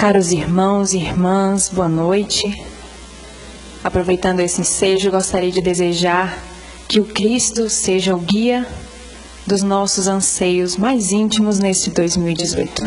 Caros irmãos e irmãs, boa noite. Aproveitando esse ensejo, gostaria de desejar que o Cristo seja o guia dos nossos anseios mais íntimos neste 2018.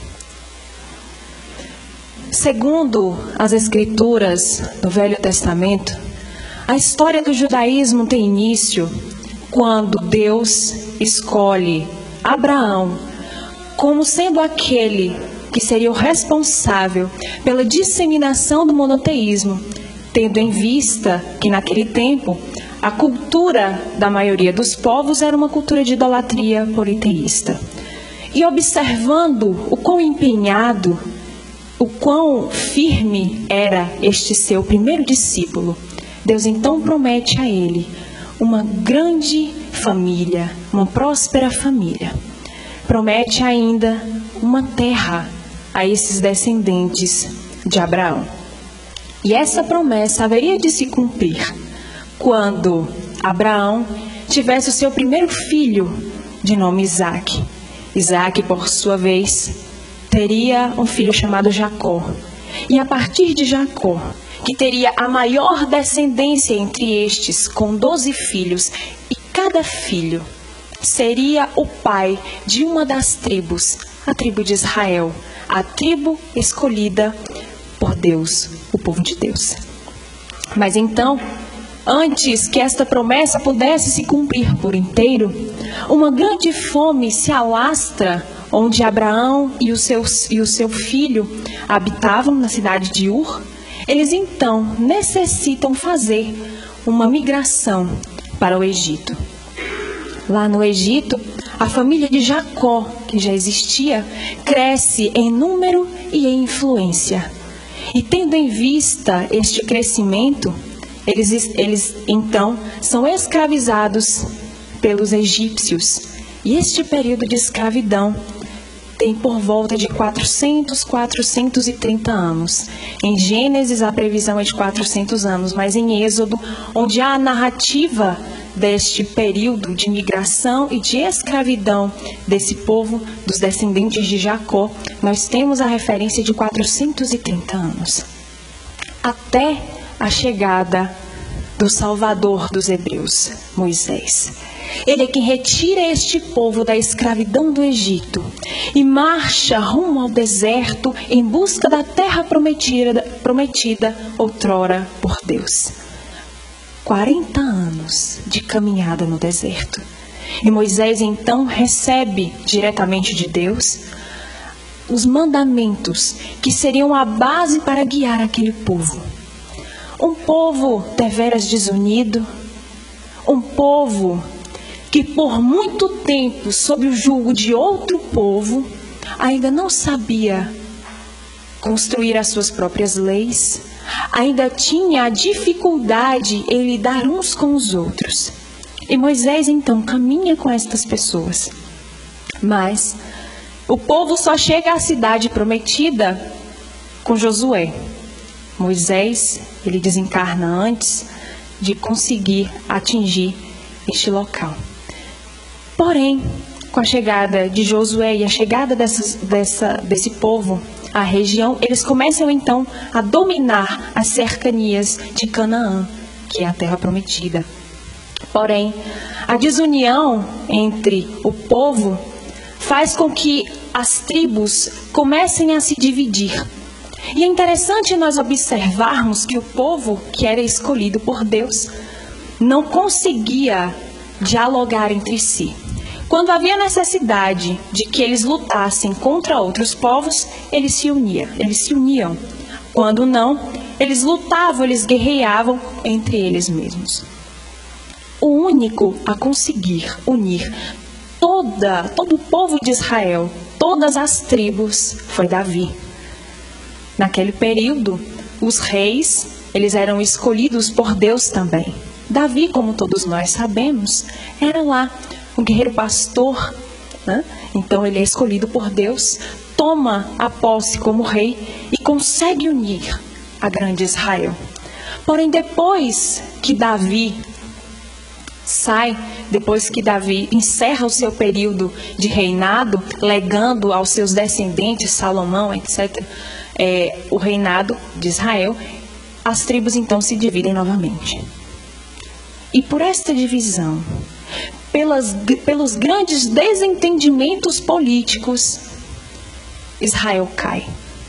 Segundo as Escrituras do Velho Testamento, a história do judaísmo tem início quando Deus escolhe Abraão como sendo aquele que seria o responsável pela disseminação do monoteísmo, tendo em vista que naquele tempo a cultura da maioria dos povos era uma cultura de idolatria politeísta. E observando o quão empenhado, o quão firme era este seu primeiro discípulo, Deus então promete a ele uma grande família, uma próspera família. Promete ainda uma terra a esses descendentes de Abraão. E essa promessa haveria de se cumprir quando Abraão tivesse o seu primeiro filho, de nome Isaque. Isaque, por sua vez, teria um filho chamado Jacó. E a partir de Jacó, que teria a maior descendência entre estes, com 12 filhos, e cada filho seria o pai de uma das tribos, a tribo de Israel, a tribo escolhida por Deus, o povo de Deus. Mas então, antes que esta promessa pudesse se cumprir por inteiro, uma grande fome se alastra onde Abraão e o seu filho habitavam, na cidade de Ur. Eles então necessitam fazer uma migração para o Egito. Lá no Egito, a família de Jacó, que já existia, cresce em número e em influência. E tendo em vista este crescimento, eles então são escravizados pelos egípcios. E este período de escravidão tem por volta de 430 anos. Em Gênesis a previsão é de 400 anos, mas em Êxodo, onde há a narrativa deste período de migração e de escravidão desse povo, dos descendentes de Jacó, nós temos a referência de 430 anos. Até a chegada do Salvador dos hebreus, Moisés. Ele é quem retira este povo da escravidão do Egito e marcha rumo ao deserto em busca da terra prometida outrora por Deus. 40 anos de caminhada no deserto. E Moisés então recebe diretamente de Deus os mandamentos que seriam a base para guiar aquele povo. Um povo deveras desunido, um povo que por muito tempo, sob o jugo de outro povo, ainda não sabia construir as suas próprias leis, ainda tinha a dificuldade em lidar uns com os outros. E Moisés então caminha com estas pessoas. Mas o povo só chega à cidade prometida com Josué. Moisés, ele desencarna antes de conseguir atingir este local. Porém, com a chegada de Josué e a chegada desse povo à região, eles começam então a dominar as cercanias de Canaã, que é a terra prometida. Porém, a desunião entre o povo faz com que as tribos comecem a se dividir. E é interessante nós observarmos que o povo que era escolhido por Deus não conseguia dialogar entre si. Quando havia necessidade de que eles lutassem contra outros povos, eles se uniam. Quando não, eles lutavam, eles guerreavam entre eles mesmos. O único a conseguir unir todo o povo de Israel, todas as tribos, foi Davi. Naquele período, os reis, eles eram escolhidos por Deus também. Davi, como todos nós sabemos, era lá um guerreiro pastor, né? Então ele é escolhido por Deus, toma a posse como rei e consegue unir a grande Israel. Porém, depois que Davi encerra o seu período de reinado, legando aos seus descendentes, Salomão, etc., o reinado de Israel, as tribos então se dividem novamente. E por esta divisão, pelos grandes desentendimentos políticos, Israel cai.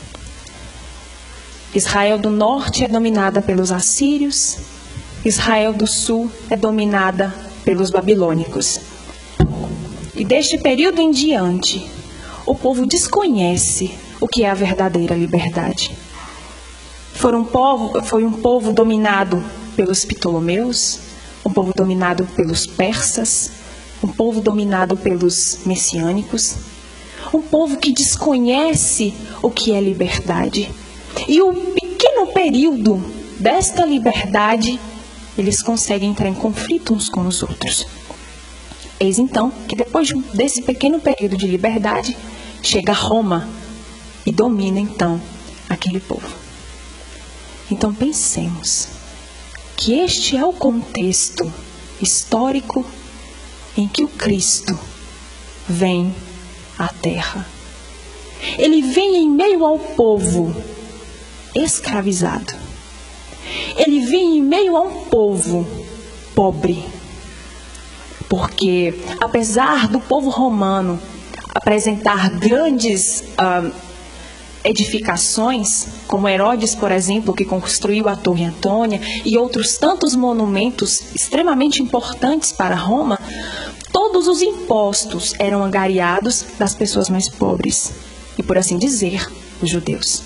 Israel do norte é dominada pelos assírios, Israel do sul é dominada pelos babilônicos. E deste período em diante, o povo desconhece o que é a verdadeira liberdade. Foi um povo dominado pelos Ptolomeus, um povo dominado pelos persas, um povo dominado pelos messiânicos, um povo que desconhece o que é liberdade. E o pequeno período desta liberdade, eles conseguem entrar em conflito uns com os outros. Eis então que depois desse pequeno período de liberdade, chega Roma e domina então aquele povo. Então pensemos que este é o contexto histórico em que o Cristo vem à Terra. Ele vem em meio ao povo escravizado. Ele vem em meio a um povo pobre. Porque, apesar do povo romano apresentar grandes edificações, como Herodes, por exemplo, que construiu a Torre Antônia, e outros tantos monumentos extremamente importantes para Roma, todos os impostos eram angariados das pessoas mais pobres, e por assim dizer, os judeus.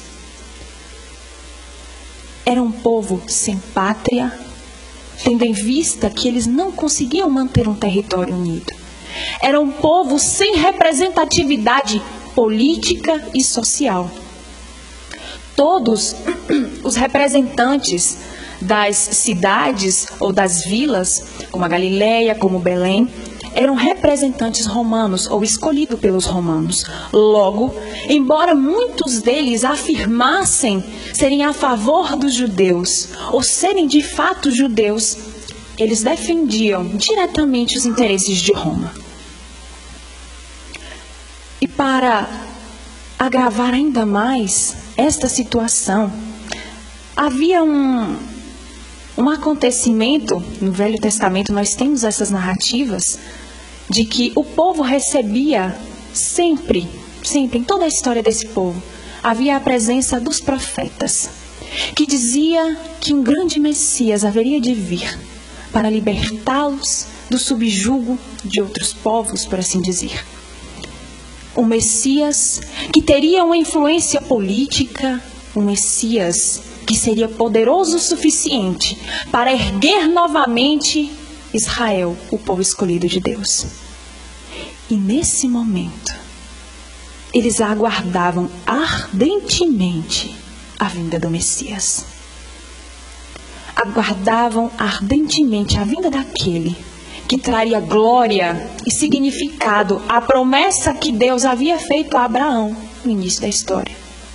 Era um povo sem pátria, tendo em vista que eles não conseguiam manter um território unido. Era um povo sem representatividade política e social. Todos os representantes das cidades ou das vilas, como a Galileia, como Belém, eram representantes romanos ou escolhidos pelos romanos. Logo, embora muitos deles afirmassem serem a favor dos judeus ou serem de fato judeus, eles defendiam diretamente os interesses de Roma. E para agravar ainda mais esta situação, havia um acontecimento no Velho Testamento. Nós temos essas narrativas de que o povo recebia sempre, em toda a história desse povo, havia a presença dos profetas, que dizia que um grande Messias haveria de vir para libertá-los do subjugo de outros povos, por assim dizer. Um Messias que teria uma influência política, um Messias que seria poderoso o suficiente para erguer novamente Israel, o povo escolhido de Deus. E nesse momento, eles aguardavam ardentemente a vinda do Messias. Aguardavam ardentemente a vinda daquele que traria glória e significado à promessa que Deus havia feito a Abraão no início da história.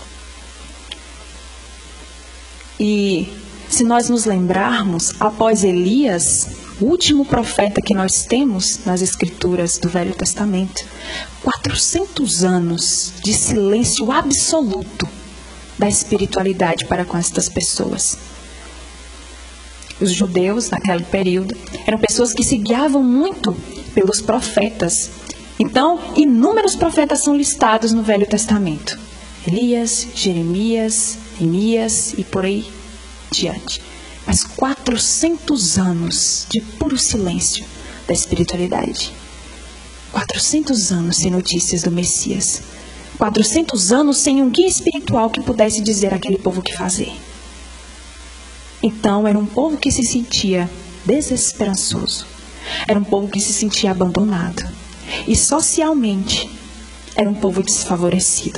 E se nós nos lembrarmos, após Elias, o último profeta que nós temos nas Escrituras do Velho Testamento, 400 anos de silêncio absoluto da espiritualidade para com estas pessoas. Os judeus, naquele período, eram pessoas que se guiavam muito pelos profetas. Então, inúmeros profetas são listados no Velho Testamento. Elias, Jeremias, Neemias e por aí diante. Mas 400 anos de puro silêncio da espiritualidade. 400 anos sem notícias do Messias. 400 anos sem um guia espiritual que pudesse dizer àquele povo o que fazer. Então, era um povo que se sentia desesperançoso. Era um povo que se sentia abandonado. E socialmente, era um povo desfavorecido.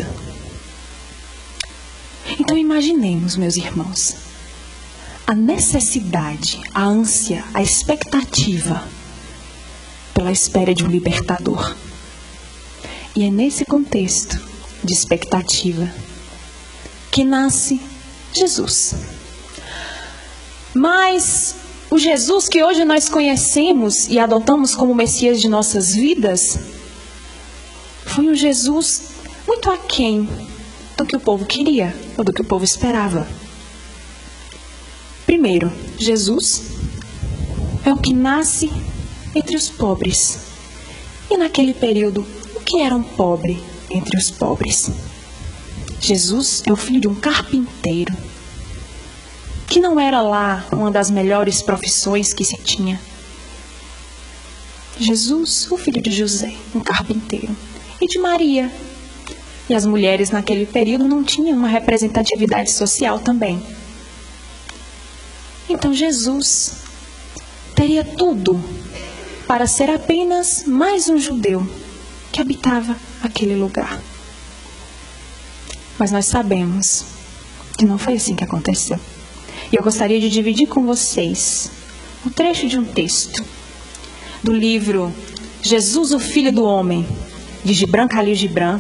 Então, imaginemos, meus irmãos, a necessidade, a ânsia, a expectativa pela espera de um libertador. E é nesse contexto de expectativa que nasce Jesus. Mas o Jesus que hoje nós conhecemos e adotamos como Messias de nossas vidas, foi um Jesus muito aquém do que o povo queria, ou do que o povo esperava. Primeiro, Jesus é o que nasce entre os pobres. E naquele período, o que era um pobre entre os pobres? Jesus é o filho de um carpinteiro, que não era lá uma das melhores profissões que se tinha. Jesus, o filho de José, um carpinteiro, e de Maria. E as mulheres naquele período não tinham uma representatividade social também. Então Jesus teria tudo para ser apenas mais um judeu que habitava aquele lugar. Mas nós sabemos que não foi assim que aconteceu. E eu gostaria de dividir com vocês um trecho de um texto do livro Jesus, o Filho do Homem, de Gibran Khalil Gibran,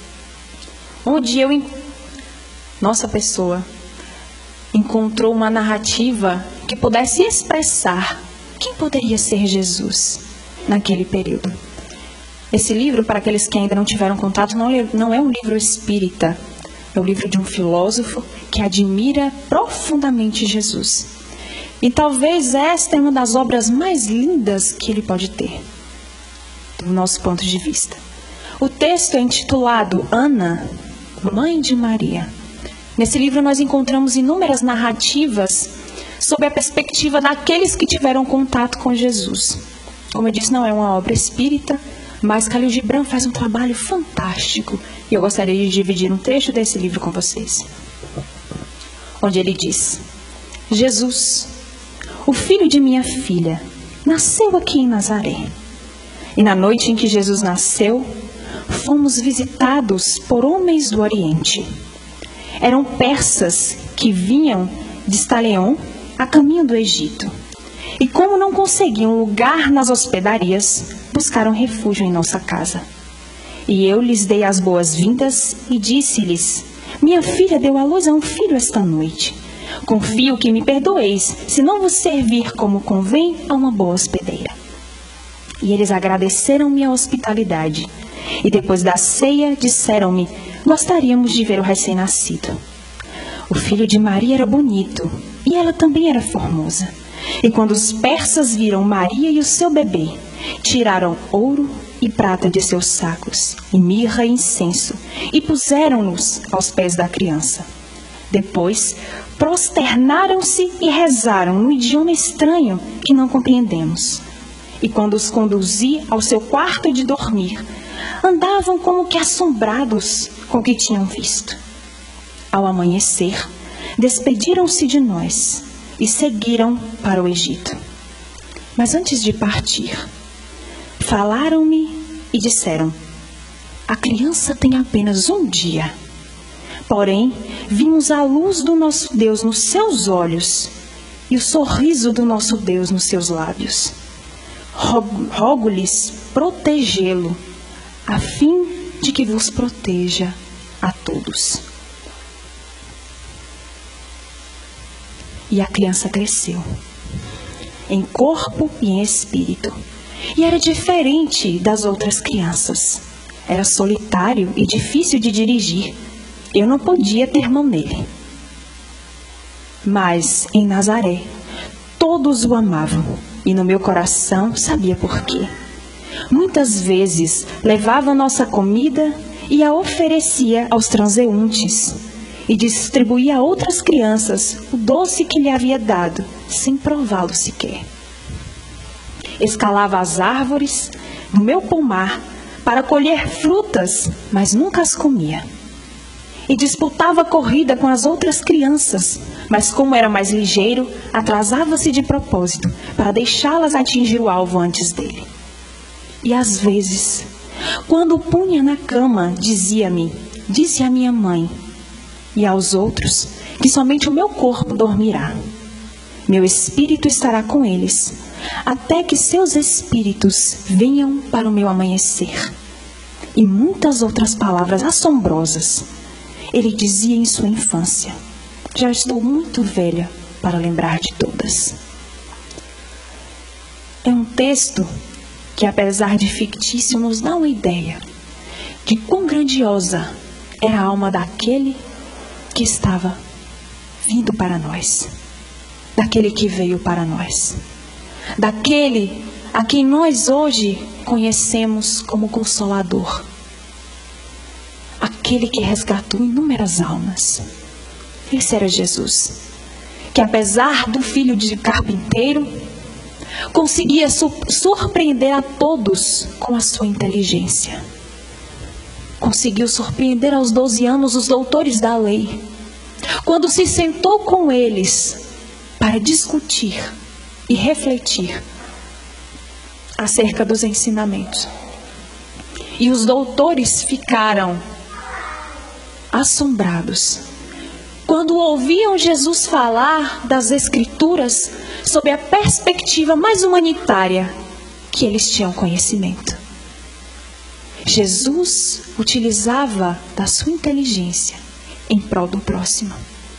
onde nossa pessoa encontrou uma narrativa que pudesse expressar quem poderia ser Jesus naquele período. Esse livro, para aqueles que ainda não tiveram contato, não é um livro espírita. É o livro de um filósofo que admira profundamente Jesus. E talvez esta é uma das obras mais lindas que ele pode ter, do nosso ponto de vista. O texto é intitulado Ana, Mãe de Maria. Nesse livro nós encontramos inúmeras narrativas sob a perspectiva daqueles que tiveram contato com Jesus. Como eu disse, não é uma obra espírita, mas Khalil Gibran faz um trabalho fantástico. E eu gostaria de dividir um trecho desse livro com vocês. Onde ele diz: Jesus, o filho de minha filha, nasceu aqui em Nazaré. E na noite em que Jesus nasceu, fomos visitados por homens do Oriente. Eram persas que vinham de Staleon a caminho do Egito. E como não conseguiam lugar nas hospedarias, buscaram refúgio em nossa casa. E eu lhes dei as boas-vindas e disse-lhes: minha filha deu à luz a um filho esta noite. Confio que me perdoeis, se não vos servir como convém a uma boa hospedeira. E eles agradeceram minha hospitalidade. E depois da ceia disseram-me: gostaríamos de ver o recém-nascido. O filho de Maria era bonito, e ela também era formosa. E quando os persas viram Maria e o seu bebê, tiraram ouro e prata de seus sacos, e mirra e incenso, e puseram-nos aos pés da criança. Depois, prosternaram-se e rezaram num idioma estranho que não compreendemos. E quando os conduzi ao seu quarto de dormir, andavam como que assombrados com o que tinham visto. Ao amanhecer, despediram-se de nós e seguiram para o Egito. Mas antes de partir, falaram-me e disseram: a criança tem apenas um dia. Porém, vimos a luz do nosso Deus nos seus olhos e o sorriso do nosso Deus nos seus lábios. Rogo-lhes protegê-lo, a fim de que vos proteja a todos. E a criança cresceu, em corpo e em espírito. E era diferente das outras crianças. Era solitário e difícil de dirigir. Eu não podia ter mão nele. Mas, em Nazaré, todos o amavam. E no meu coração sabia por quê. Muitas vezes levava nossa comida e a oferecia aos transeuntes. E distribuía a outras crianças o doce que lhe havia dado, sem prová-lo sequer. Escalava as árvores do meu pomar para colher frutas, mas nunca as comia. E disputava a corrida com as outras crianças, mas como era mais ligeiro, atrasava-se de propósito para deixá-las atingir o alvo antes dele. E às vezes, quando o punha na cama, disse a minha mãe e aos outros que somente o meu corpo dormirá. Meu espírito estará com eles, até que seus espíritos venham para o meu amanhecer. E muitas outras palavras assombrosas ele dizia em sua infância. Já estou muito velha para lembrar de todas. É um texto que, apesar de fictício, nos dá uma ideia de quão grandiosa era a alma daquele que estava vindo para nós, daquele que veio para nós, daquele a quem nós hoje conhecemos como Consolador, aquele que resgatou inúmeras almas. Esse era Jesus, que apesar do filho de carpinteiro, conseguia surpreender a todos com a sua inteligência. Conseguiu surpreender aos 12 anos os doutores da lei, quando se sentou com eles para discutir e refletir acerca dos ensinamentos. E os doutores ficaram assombrados quando ouviam Jesus falar das Escrituras sob a perspectiva mais humanitária que eles tinham conhecimento. Jesus utilizava da sua inteligência em prol do próximo.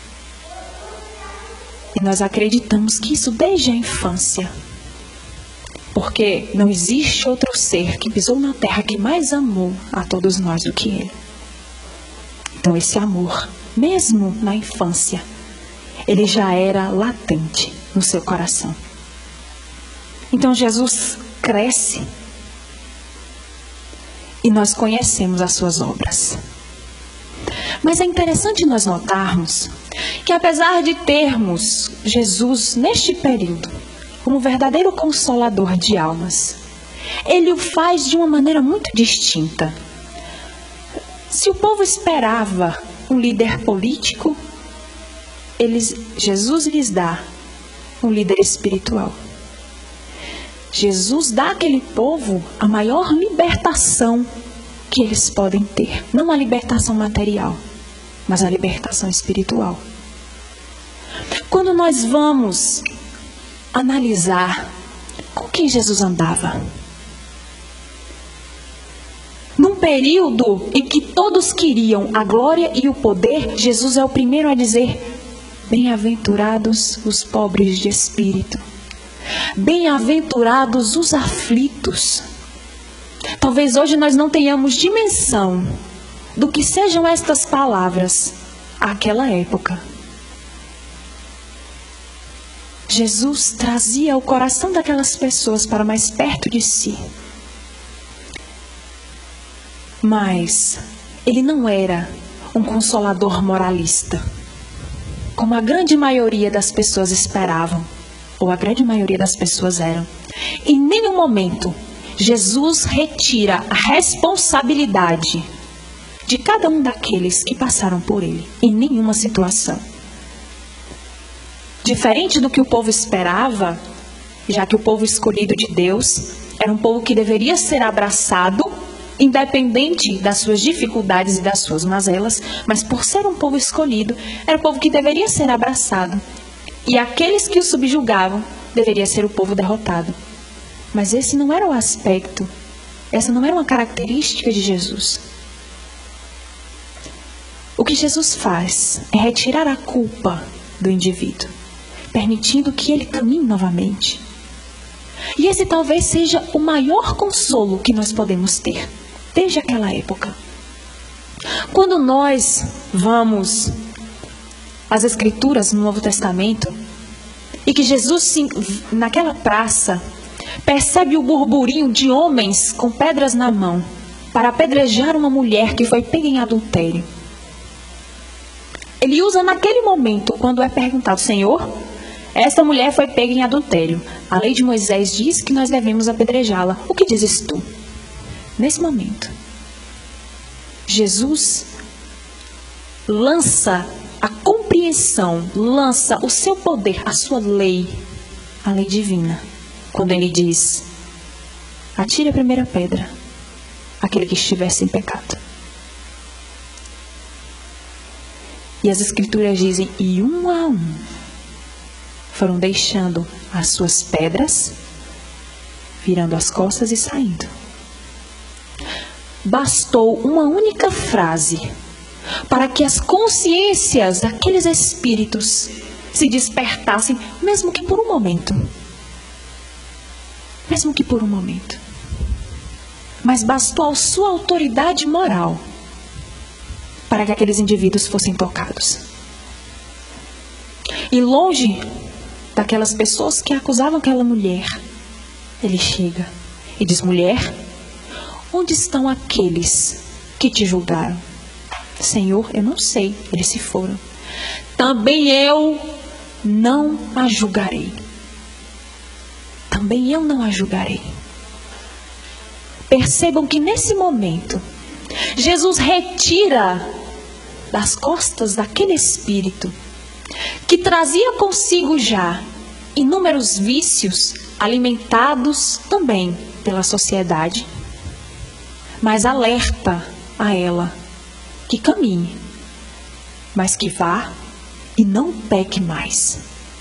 E nós acreditamos que isso desde a infância. Porque não existe outro ser que pisou na terra que mais amou a todos nós do que ele. Então esse amor, mesmo na infância, ele já era latente no seu coração. Então Jesus cresce e nós conhecemos as suas obras. Mas é interessante nós notarmos que apesar de termos Jesus neste período como verdadeiro consolador de almas, ele o faz de uma maneira muito distinta. Se o povo esperava um líder político, Jesus lhes dá um líder espiritual. Jesus dá àquele povo a maior libertação que eles podem ter. Não a libertação material, mas a libertação espiritual. Quando nós vamos analisar com quem Jesus andava, num período em que todos queriam a glória e o poder, Jesus é o primeiro a dizer: bem-aventurados os pobres de espírito, bem-aventurados os aflitos. Talvez hoje nós não tenhamos dimensão do que sejam estas palavras àquela época. Jesus trazia o coração daquelas pessoas para mais perto de si. Mas ele não era um consolador moralista, como a grande maioria das pessoas esperavam, ou a grande maioria das pessoas eram. Em nenhum momento, Jesus retira a responsabilidade de cada um daqueles que passaram por ele, em nenhuma situação. Diferente do que o povo esperava, já que o povo escolhido de Deus era um povo que deveria ser abraçado, independente das suas dificuldades e das suas mazelas, mas por ser um povo escolhido, era um povo que deveria ser abraçado. E aqueles que o subjugavam, deveria ser o povo derrotado. Mas esse não era o aspecto, essa não era uma característica de Jesus. O que Jesus faz é retirar a culpa do indivíduo, permitindo que ele caminhe novamente. E esse talvez seja o maior consolo que nós podemos ter, desde aquela época. Quando nós vamos às Escrituras no Novo Testamento, e que Jesus, naquela praça, percebe o burburinho de homens com pedras na mão, para apedrejar uma mulher que foi pega em adultério. Ele usa naquele momento, quando é perguntado: Senhor, esta mulher foi pega em adultério. A lei de Moisés diz que nós devemos apedrejá-la. O que dizes tu? Nesse momento, Jesus lança a compreensão, lança o seu poder, a sua lei, a lei divina. Quando ele diz: atire a primeira pedra, aquele que estiver sem pecado. E as Escrituras dizem: e um a um foram deixando as suas pedras, virando as costas e saindo. Bastou uma única frase para que as consciências daqueles espíritos se despertassem, mesmo que por um momento. Mesmo que por um momento. Mas bastou a sua autoridade moral para que aqueles indivíduos fossem tocados. E longe daquelas pessoas que acusavam aquela mulher, ele chega e diz: mulher, onde estão aqueles que te julgaram? Senhor, eu não sei, eles se foram. Também eu não a julgarei. Também eu não a julgarei. Percebam que nesse momento, Jesus retira das costas daquele espírito que trazia consigo já inúmeros vícios alimentados também pela sociedade, mas alerta a ela que caminhe, mas que vá e não peque mais.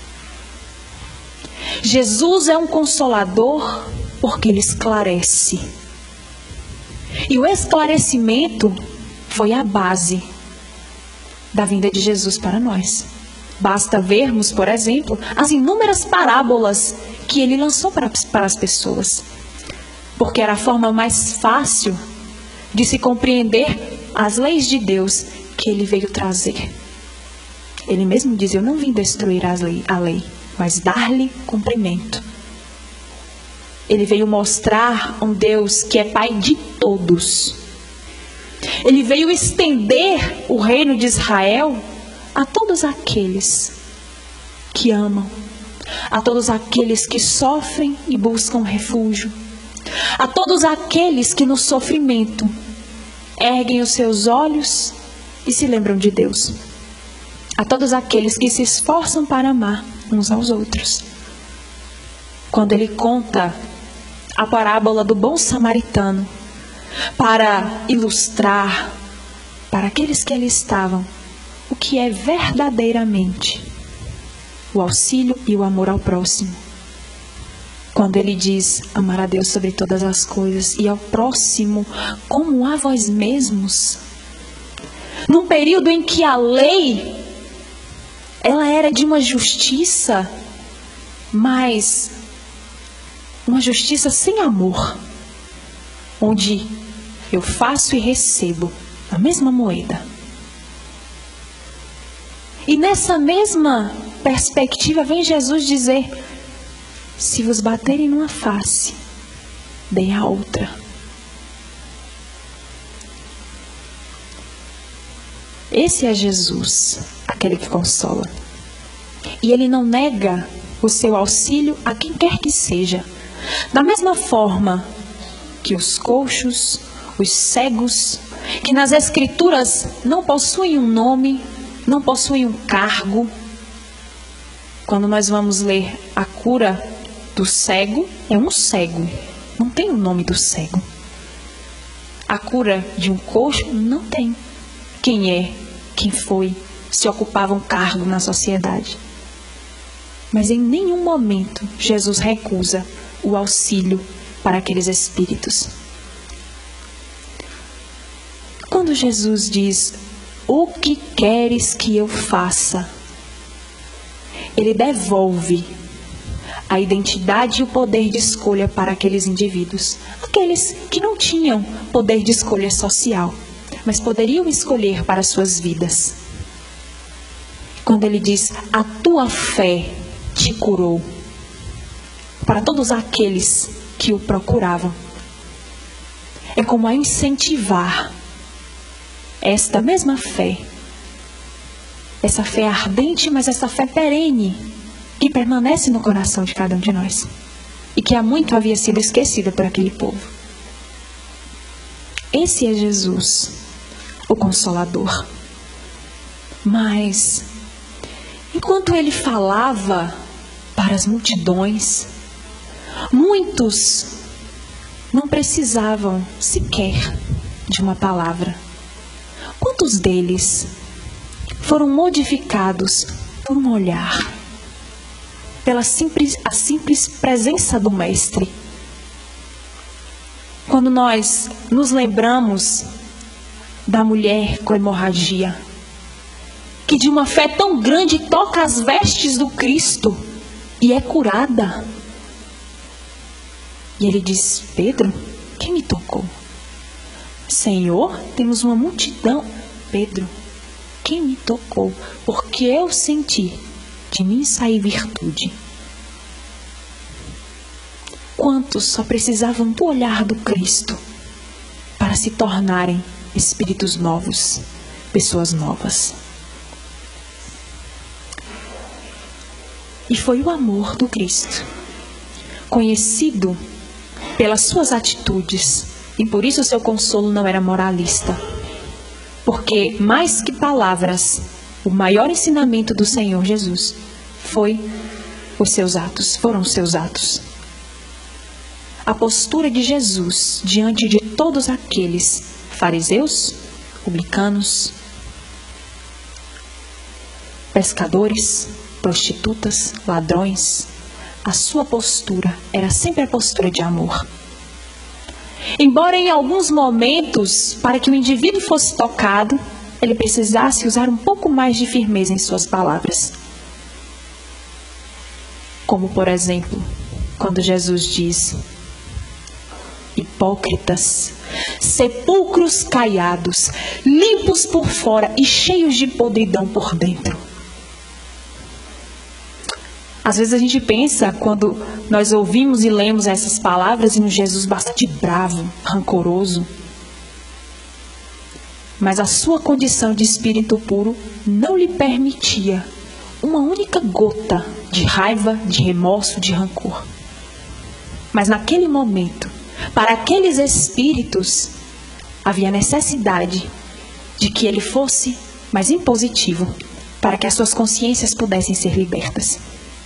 Jesus é um consolador porque ele esclarece. E o esclarecimento foi a base da vinda de Jesus para nós. Basta vermos, por exemplo, as inúmeras parábolas que ele lançou para as pessoas. Porque era a forma mais fácil de se compreender as leis de Deus que ele veio trazer. Ele mesmo diz: eu não vim destruir a lei, mas dar-lhe cumprimento. Ele veio mostrar um Deus que é Pai de todos. Ele veio estender o reino de Israel a todos aqueles que amam, a todos aqueles que sofrem e buscam refúgio, a todos aqueles que no sofrimento erguem os seus olhos e se lembram de Deus, a todos aqueles que se esforçam para amar uns aos outros. Quando ele conta a parábola do bom samaritano, para ilustrar para aqueles que ali estavam o que é verdadeiramente o auxílio e o amor ao próximo. Quando ele diz amar a Deus sobre todas as coisas e ao próximo como a vós mesmos, num período em que a lei ela era de uma justiça, mas uma justiça sem amor, onde eu faço e recebo a mesma moeda. E nessa mesma perspectiva vem Jesus dizer: se vos baterem numa face, dê a outra. Esse é Jesus, aquele que consola. E ele não nega o seu auxílio a quem quer que seja. Da mesma forma que os coxos, os cegos, que nas Escrituras não possuem um nome, não possuem um cargo. Quando nós vamos ler a cura do cego, é um cego, não tem o nome do cego. A cura de um coxo não tem quem é, quem foi, se ocupava um cargo na sociedade. Mas em nenhum momento Jesus recusa o auxílio para aqueles espíritos. Quando Jesus diz: o que queres que eu faça? Ele devolve a identidade e o poder de escolha para aqueles indivíduos. Aqueles que não tinham poder de escolha social, mas poderiam escolher para suas vidas. Quando ele diz: a tua fé te curou. Para todos aqueles que o procuravam. É como a incentivar esta mesma fé. Essa fé ardente, mas essa fé perene, que permanece no coração de cada um de nós. E que há muito havia sido esquecida por aquele povo. Esse é Jesus, o Consolador. Mas, enquanto ele falava para as multidões, muitos não precisavam sequer de uma palavra. Quantos deles foram modificados por um olhar, pela a simples presença do Mestre? Quando nós nos lembramos da mulher com hemorragia, que de uma fé tão grande toca as vestes do Cristo e é curada. E ele diz: Pedro, quem me tocou? Senhor, temos uma multidão. Pedro, quem me tocou? Porque eu senti de mim sair virtude. Quantos só precisavam do olhar do Cristo para se tornarem espíritos novos, pessoas novas? E foi o amor do Cristo, conhecido pelas suas atitudes, e por isso o seu consolo não era moralista. Porque, mais que palavras, o maior ensinamento do Senhor Jesus foram os seus atos. A postura de Jesus diante de todos aqueles fariseus, publicanos, pescadores, prostitutas, ladrões, a sua postura era sempre a postura de amor. Embora em alguns momentos, para que o indivíduo fosse tocado, ele precisasse usar um pouco mais de firmeza em suas palavras. Como, por exemplo, quando Jesus diz: hipócritas, sepulcros caiados, limpos por fora e cheios de podridão por dentro. Às vezes a gente pensa, quando nós ouvimos e lemos essas palavras, em um Jesus bastante bravo, rancoroso. Mas a sua condição de espírito puro não lhe permitia uma única gota de raiva, de remorso, de rancor. Mas naquele momento, para aqueles espíritos, havia necessidade de que ele fosse mais impositivo, para que as suas consciências pudessem ser libertas.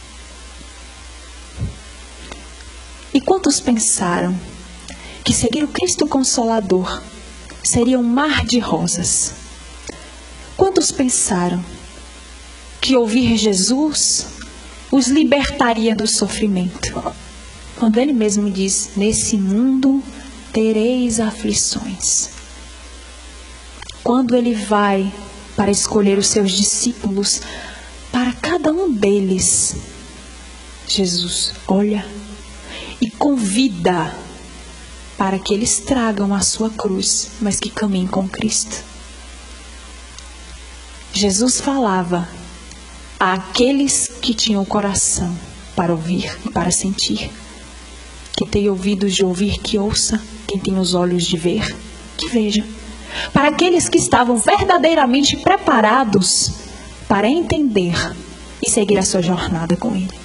E quantos pensaram que seguir o Cristo Consolador seria um mar de rosas? Quantos pensaram que ouvir Jesus os libertaria do sofrimento? Quando ele mesmo diz: nesse mundo tereis aflições. Quando ele vai para escolher os seus discípulos, para cada um deles, Jesus olha e convida para que eles tragam a sua cruz, mas que caminhem com Cristo. Jesus falava àqueles que tinham o coração para ouvir e para sentir. Quem tem ouvidos de ouvir, que ouça. Quem tem os olhos de ver, que veja. Para aqueles que estavam verdadeiramente preparados para entender e seguir a sua jornada com Ele.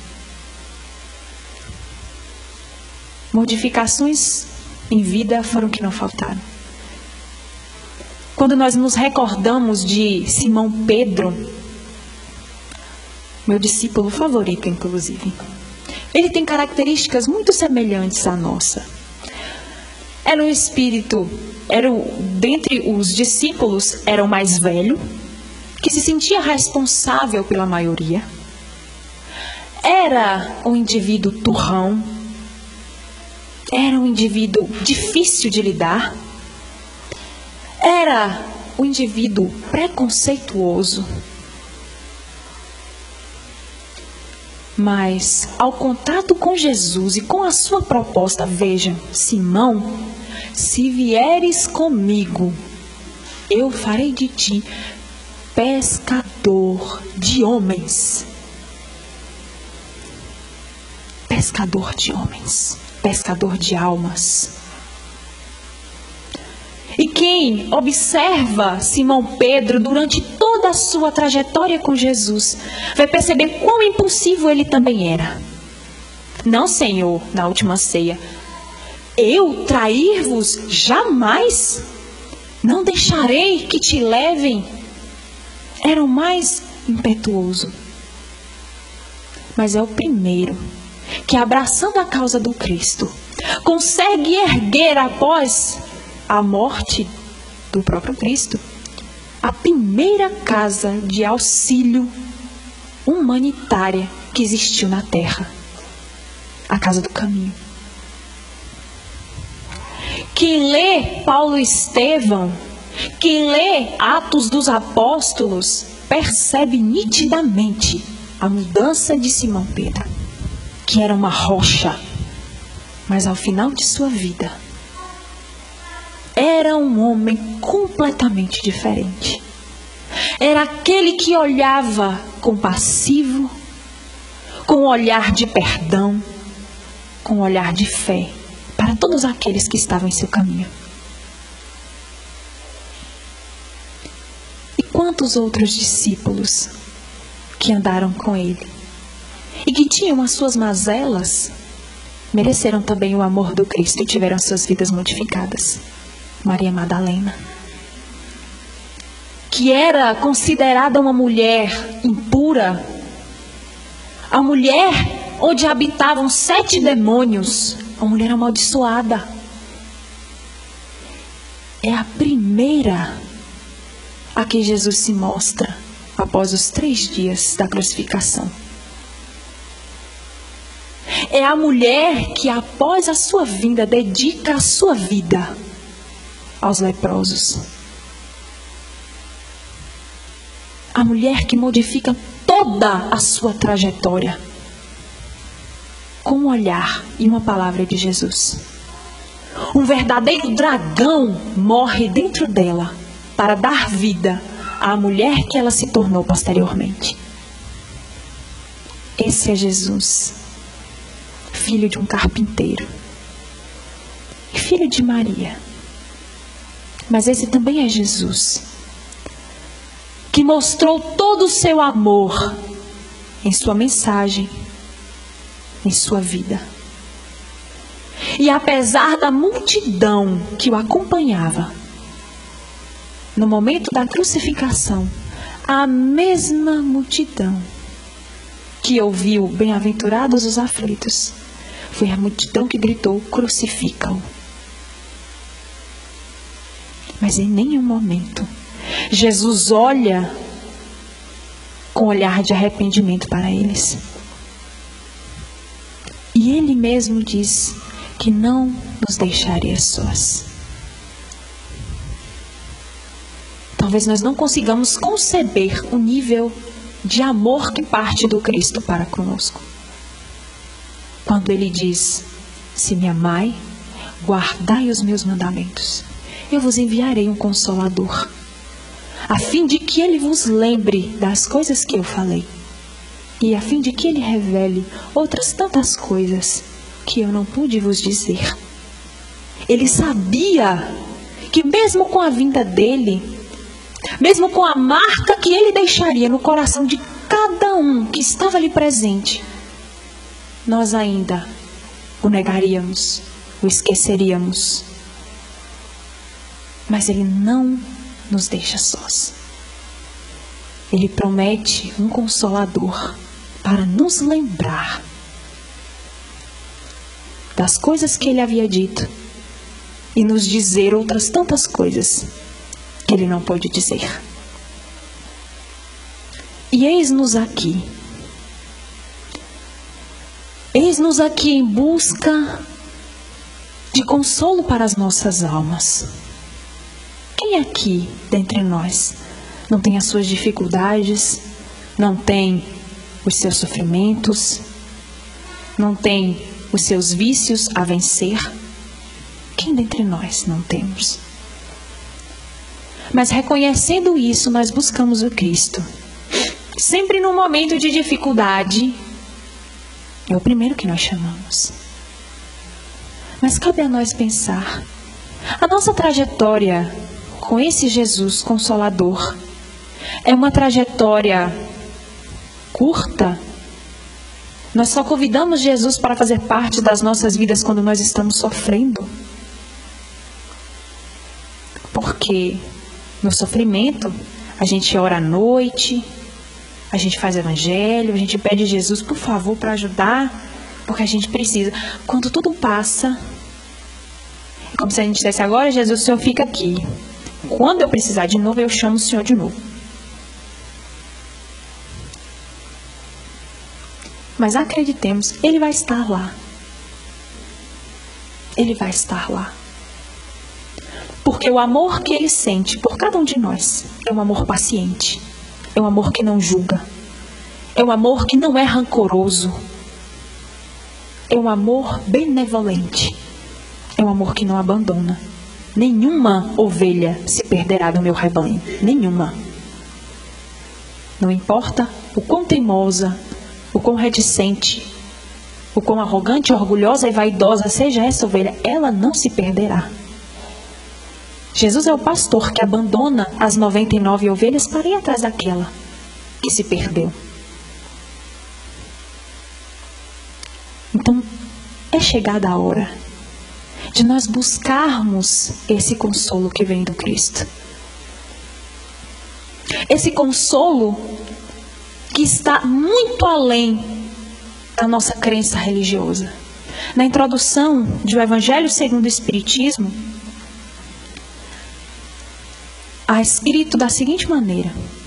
Modificações em vida foram que não faltaram. Quando nós nos recordamos de Simão Pedro, meu discípulo favorito, inclusive, ele tem características muito semelhantes à nossa. Dentre os discípulos, era o mais velho, que se sentia responsável pela maioria. Era um indivíduo turrão. Era um indivíduo difícil de lidar. Era um indivíduo preconceituoso. Mas, ao contato com Jesus e com a sua proposta, veja: Simão, se vieres comigo, eu farei de ti pescador de homens. Pescador de homens. Pescador de almas. E quem observa Simão Pedro durante toda a sua trajetória com Jesus, vai perceber quão impulsivo ele também era. Não, Senhor, na última ceia, eu trair-vos jamais? Não deixarei que te levem. Era o mais impetuoso. Mas é o primeiro que, abraçando a causa do Cristo, consegue erguer após a morte do próprio Cristo a primeira casa de auxílio humanitária que existiu na terra, a Casa do Caminho. Quem lê Paulo e Estevão, quem lê Atos dos Apóstolos, percebe nitidamente a mudança de Simão Pedro, que era uma rocha, mas ao final de sua vida, era um homem completamente diferente. era aquele que olhava compassivo, com um olhar de perdão, com um olhar de fé para todos aqueles que estavam em seu caminho. E quantos outros discípulos que andaram com ele e que tinham as suas mazelas, mereceram também o amor do Cristo e tiveram suas vidas modificadas. Maria Madalena, que era considerada uma mulher impura, a mulher onde habitavam 7 demônios, a mulher amaldiçoada, é a primeira a que Jesus se mostra após os 3 dias da crucificação. É a mulher que após a sua vinda dedica a sua vida aos leprosos. A mulher que modifica toda a sua trajetória com um olhar e uma palavra de Jesus. Um verdadeiro dragão morre dentro dela para dar vida à mulher que ela se tornou posteriormente. Esse é Jesus, filho de um carpinteiro, filho de Maria. Mas esse também é Jesus, que mostrou todo o seu amor em sua mensagem, em sua vida. E apesar da multidão que o acompanhava, no momento da crucificação, a mesma multidão que ouviu bem-aventurados os aflitos, foi a multidão que gritou: crucificam. Mas em nenhum momento Jesus olha com olhar de arrependimento para eles. E Ele mesmo diz que não nos deixaria sós. Talvez nós não consigamos conceber o nível de amor que parte do Cristo para conosco. Quando Ele diz: se me amai, guardai os meus mandamentos, eu vos enviarei um Consolador, a fim de que Ele vos lembre das coisas que eu falei, e a fim de que Ele revele outras tantas coisas que eu não pude vos dizer. Ele sabia que mesmo com a vinda dele, mesmo com a marca que Ele deixaria no coração de cada um que estava ali presente, nós ainda o negaríamos, o esqueceríamos. Mas Ele não nos deixa sós. Ele promete um Consolador para nos lembrar das coisas que Ele havia dito e nos dizer outras tantas coisas que Ele não pôde dizer. E eis-nos aqui. Eis-nos aqui em busca de consolo para as nossas almas. Quem aqui dentre nós não tem as suas dificuldades, não tem os seus sofrimentos, não tem os seus vícios a vencer? Quem dentre nós não temos? Mas reconhecendo isso, nós buscamos o Cristo. Sempre no momento de dificuldade, é o primeiro que nós chamamos. Mas cabe a nós pensar, a nossa trajetória com esse Jesus Consolador é uma trajetória curta? Nós só convidamos Jesus para fazer parte das nossas vidas quando nós estamos sofrendo? Porque no sofrimento a gente ora à noite, a gente faz evangelho, a gente pede Jesus, por favor, para ajudar, porque a gente precisa. Quando tudo passa, é como se a gente dissesse: agora, Jesus, o Senhor fica aqui. Quando eu precisar de novo, eu chamo o Senhor de novo. Mas acreditemos, Ele vai estar lá. Ele vai estar lá. Porque o amor que Ele sente por cada um de nós é um amor paciente. É um amor que não julga. É um amor que não é rancoroso. É um amor benevolente. É um amor que não abandona. Nenhuma ovelha se perderá do meu rebanho. Nenhuma. Não importa o quão teimosa, o quão reticente, o quão arrogante, orgulhosa e vaidosa seja essa ovelha, ela não se perderá. Jesus é o pastor que abandona as 99 ovelhas para ir atrás daquela que se perdeu. Então, é chegada a hora de nós buscarmos esse consolo que vem do Cristo. Esse consolo que está muito além da nossa crença religiosa. Na introdução do Evangelho segundo o Espiritismo, há escrito da seguinte maneira: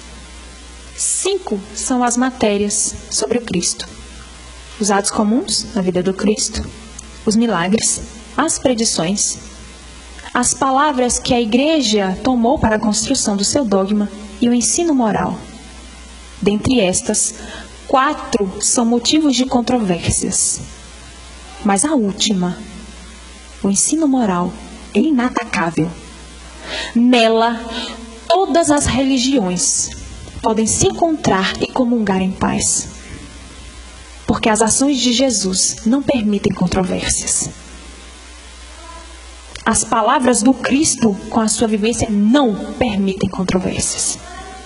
5 são as matérias sobre o Cristo. Os atos comuns na vida do Cristo, os milagres, as predições, as palavras que a igreja tomou para a construção do seu dogma e o ensino moral. Dentre estas, 4 são motivos de controvérsias. Mas a última, o ensino moral, é inatacável. Nela, todas as religiões podem se encontrar e comungar em paz. Porque as ações de Jesus não permitem controvérsias. As palavras do Cristo com a sua vivência não permitem controvérsias.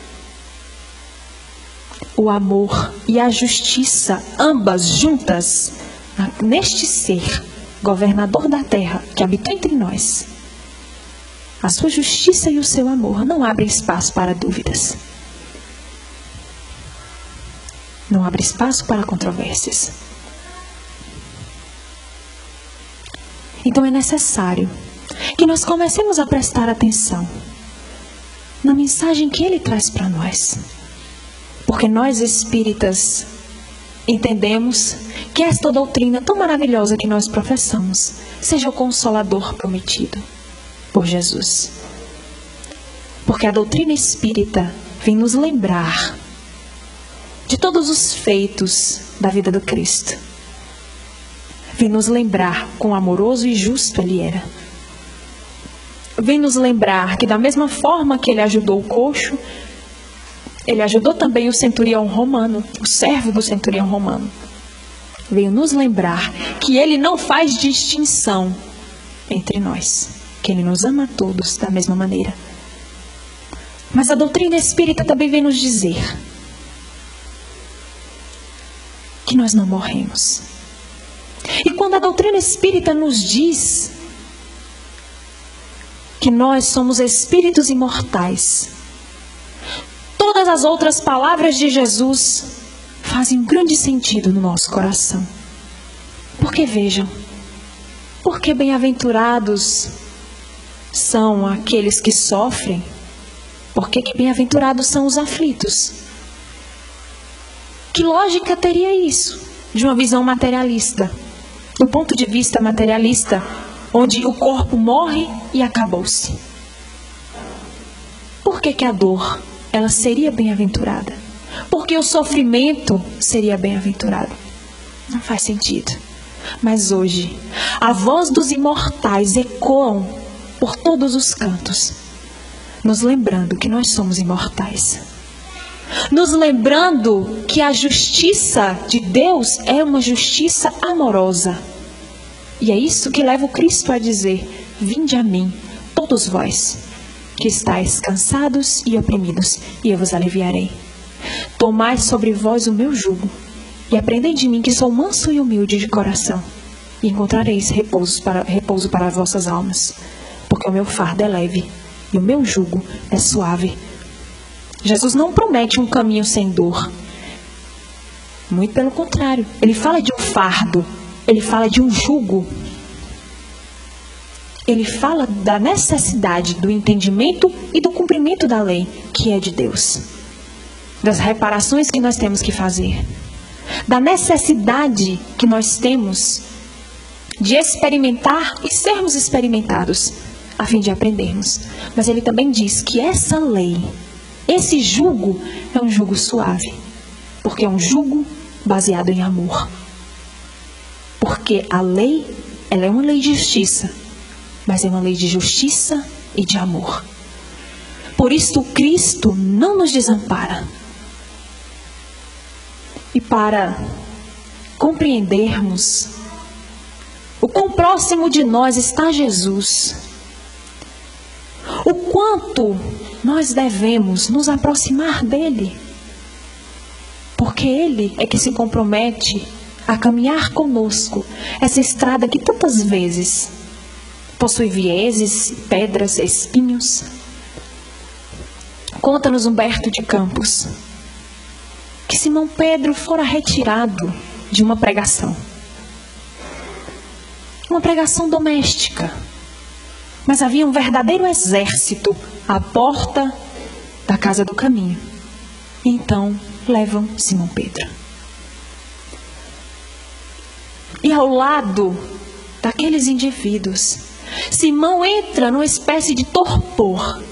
O amor e a justiça, ambas juntas, neste ser, governador da terra, que habita entre nós, a sua justiça e o seu amor não abrem espaço para dúvidas. Não abre espaço para controvérsias. Então é necessário que nós comecemos a prestar atenção na mensagem que ele traz para nós. Porque nós espíritas entendemos que esta doutrina tão maravilhosa que nós professamos seja o consolador prometido por Jesus. Porque a doutrina espírita vem nos lembrar de todos os feitos da vida do Cristo. Vem nos lembrar quão amoroso e justo ele era. Vem nos lembrar que da mesma forma que ele ajudou o coxo, ele ajudou também o centurião romano, o servo do centurião romano. Veio nos lembrar que ele não faz distinção entre nós, que ele nos ama a todos da mesma maneira. Mas a doutrina espírita também vem nos dizer que nós não morremos. E quando a doutrina espírita nos diz que nós somos espíritos imortais, todas as outras palavras de Jesus fazem um grande sentido no nosso coração. Porque vejam, porque bem-aventurados são aqueles que sofrem, porque que bem-aventurados são os aflitos. Que lógica teria isso de uma visão materialista? Do ponto de vista materialista, onde o corpo morre e acabou-se. Por que a dor, ela seria bem-aventurada? Porque o sofrimento seria bem-aventurado? Não faz sentido. Mas hoje, a voz dos imortais ecoam por todos os cantos, nos lembrando que nós somos imortais. Nos lembrando que a justiça de Deus é uma justiça amorosa. E é isso que leva o Cristo a dizer: vinde a mim, todos vós, que estáis cansados e oprimidos, e eu vos aliviarei. Tomai sobre vós o meu jugo, e aprendei de mim, que sou manso e humilde de coração, e encontrareis repouso para as vossas almas. Porque o meu fardo é leve, e o meu jugo é suave. Jesus não promete um caminho sem dor. Muito pelo contrário. Ele fala de um fardo. Ele fala de um jugo. Ele fala da necessidade do entendimento e do cumprimento da lei, que é de Deus. Das reparações que nós temos que fazer. Da necessidade que nós temos de experimentar e sermos experimentados, a fim de aprendermos. Mas ele também diz que essa lei, esse jugo, é um jugo suave. Porque é um jugo baseado em amor. Porque a lei, ela é uma lei de justiça, mas é uma lei de justiça e de amor. Por isso Cristo não nos desampara. E para compreendermos o quão próximo de nós está Jesus, o quanto nós devemos nos aproximar dele, porque ele é que se compromete a caminhar conosco essa estrada que tantas vezes possui vieses, pedras, espinhos. Conta-nos Humberto de Campos que Simão Pedro fora retirado de uma pregação doméstica, mas havia um verdadeiro exército à porta da casa do caminho. Então levam Simão Pedro. E ao lado daqueles indivíduos, Simão entra numa espécie de torpor.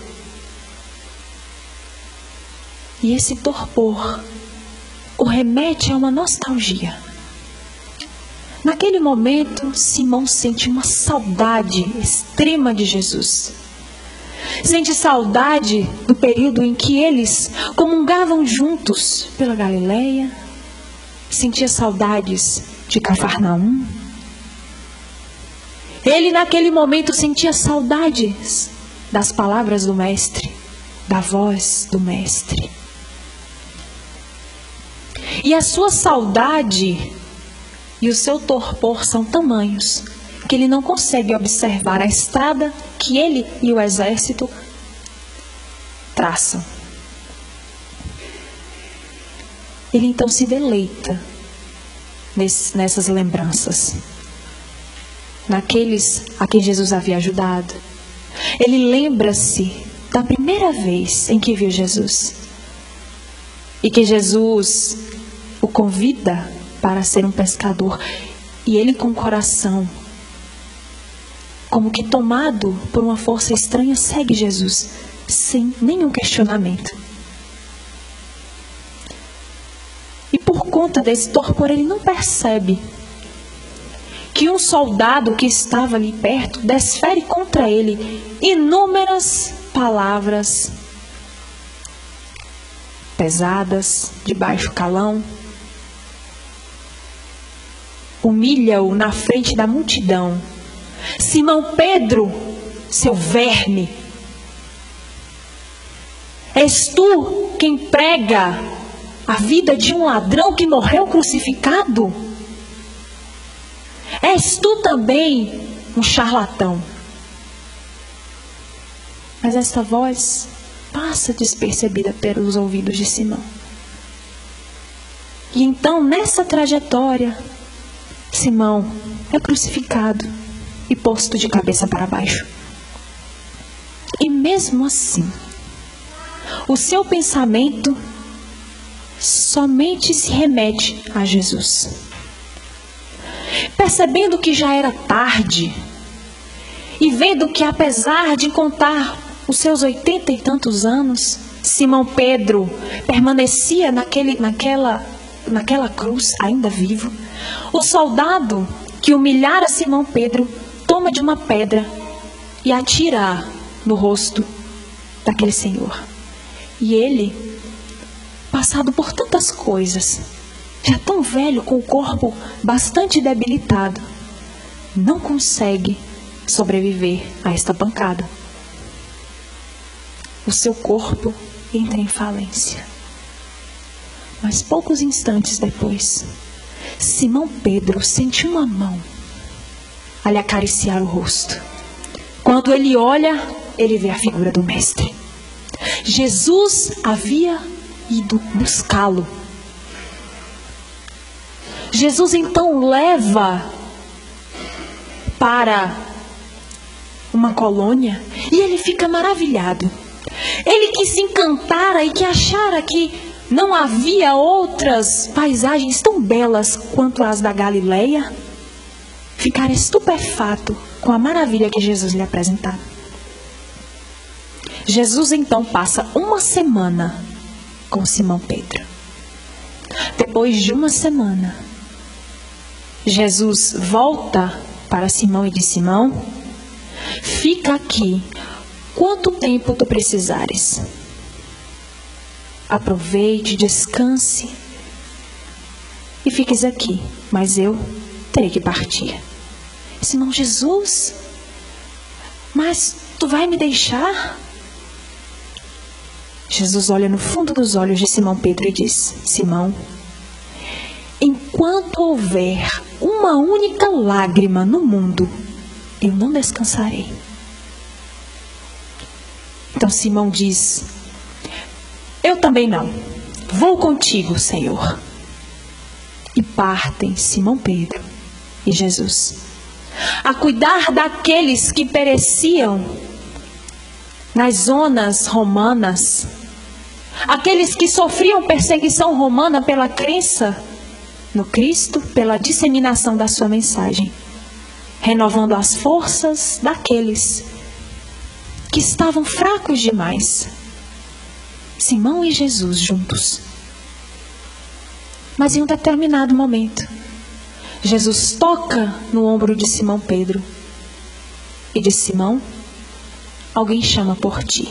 E esse torpor o remete a uma nostalgia. Naquele momento, Simão sente uma saudade extrema de Jesus. Sente saudade do período em que eles comungavam juntos pela Galileia. Sentia saudades de Cafarnaum. Ele naquele momento sentia saudades das palavras do Mestre, da voz do Mestre. E a sua saudade e o seu torpor são tamanhos que ele não consegue observar a estrada que ele e o exército traçam. Ele então se deleita nessas lembranças, naqueles a quem Jesus havia ajudado. Ele lembra-se da primeira vez em que viu Jesus e que Jesus o convida para ser um pescador, e ele com o coração como que tomado por uma força estranha segue Jesus sem nenhum questionamento. E por conta desse torpor ele não percebe que um soldado que estava ali perto desfere contra ele inúmeras palavras pesadas, de baixo calão. Humilha-o na frente da multidão. Simão Pedro, seu verme, és tu quem prega a vida de um ladrão que morreu crucificado? És tu também um charlatão? Mas esta voz passa despercebida pelos ouvidos de Simão. E então, nessa trajetória, Simão é crucificado e posto de cabeça para baixo. E mesmo assim, o seu pensamento somente se remete a Jesus. Percebendo que já era tarde e vendo que, apesar de contar os seus 80 e tantos anos, Simão Pedro permanecia naquela cruz, ainda vivo, o soldado que humilhara Simão Pedro toma de uma pedra e atira no rosto daquele senhor. E ele, passado por tantas coisas, já tão velho, com o corpo bastante debilitado, não consegue sobreviver a esta pancada. O seu corpo entra em falência. Mas poucos instantes depois, Simão Pedro sente uma mão a lhe acariciar o rosto. Quando ele olha, ele vê a figura do Mestre. Jesus havia ido buscá-lo. Jesus então leva para uma colônia e ele fica maravilhado. Ele que se encantara e que achara que não havia outras paisagens tão belas quanto as da Galileia, ficara estupefato com a maravilha que Jesus lhe apresentava. Jesus então passa uma semana com Simão Pedro. Depois de uma semana, Jesus volta para Simão e diz: Simão, fica aqui quanto tempo tu precisares. Aproveite, descanse. e fiques aqui, mas eu terei que partir. Simão, Jesus, mas tu vai me deixar? Jesus olha no fundo dos olhos de Simão Pedro e diz: Simão, enquanto houver uma única lágrima no mundo, eu não descansarei. Então Simão diz: eu também não. Vou contigo, Senhor. E partem Simão Pedro e Jesus a cuidar daqueles que pereciam nas zonas romanas, aqueles que sofriam perseguição romana pela crença no Cristo, pela disseminação da sua mensagem, renovando as forças daqueles que estavam fracos demais. Simão e Jesus juntos. Mas em um determinado momento, Jesus toca no ombro de Simão Pedro e diz: Simão, alguém chama por ti.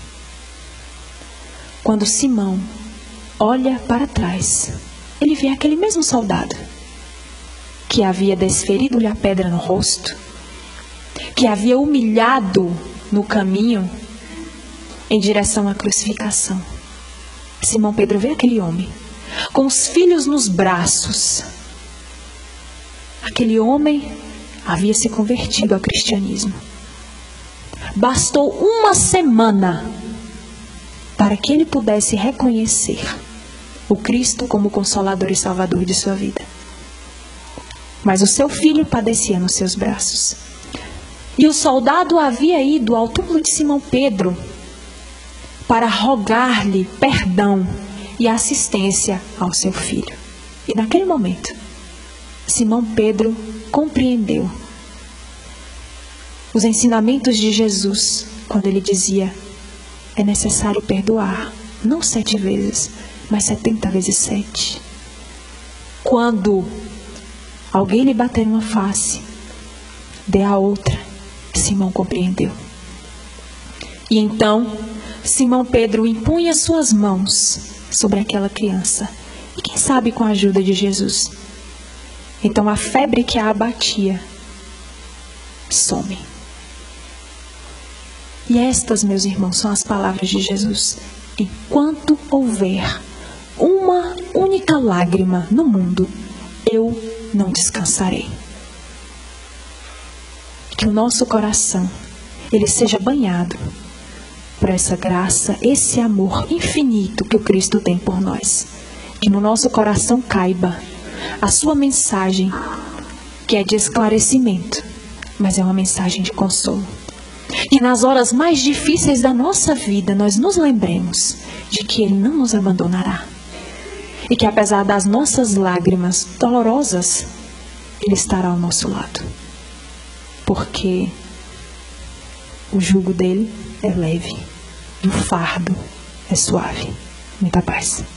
Quando Simão olha para trás, ele vê aquele mesmo soldado que havia desferido-lhe a pedra no rosto, que havia humilhado no caminho em direção à crucificação. Simão Pedro vê aquele homem com os filhos nos braços. Aquele homem havia se convertido ao cristianismo. Bastou uma semana para que ele pudesse reconhecer o Cristo como Consolador e Salvador de sua vida. Mas o seu filho padecia nos seus braços. E o soldado havia ido ao túmulo de Simão Pedro para rogar-lhe perdão e assistência ao seu filho. E naquele momento, Simão Pedro compreendeu os ensinamentos de Jesus, quando ele dizia: é necessário perdoar, não 7 vezes, mas 70 vezes 7. Quando alguém lhe bater uma face, dê a outra. Simão compreendeu. E então, Simão Pedro impunha suas mãos sobre aquela criança, e quem sabe com a ajuda de Jesus. Então a febre que a abatia some. E estas, meus irmãos, são as palavras de Jesus: enquanto houver uma única lágrima no mundo, eu não descansarei. Que o nosso coração, ele seja banhado por essa graça, esse amor infinito que o Cristo tem por nós. Que no nosso coração caiba a sua mensagem, que é de esclarecimento, mas é uma mensagem de consolo. E nas horas mais difíceis da nossa vida, nós nos lembremos de que Ele não nos abandonará. E que apesar das nossas lágrimas dolorosas, Ele estará ao nosso lado. Porque o jugo dele é leve e o fardo é suave. Muita paz.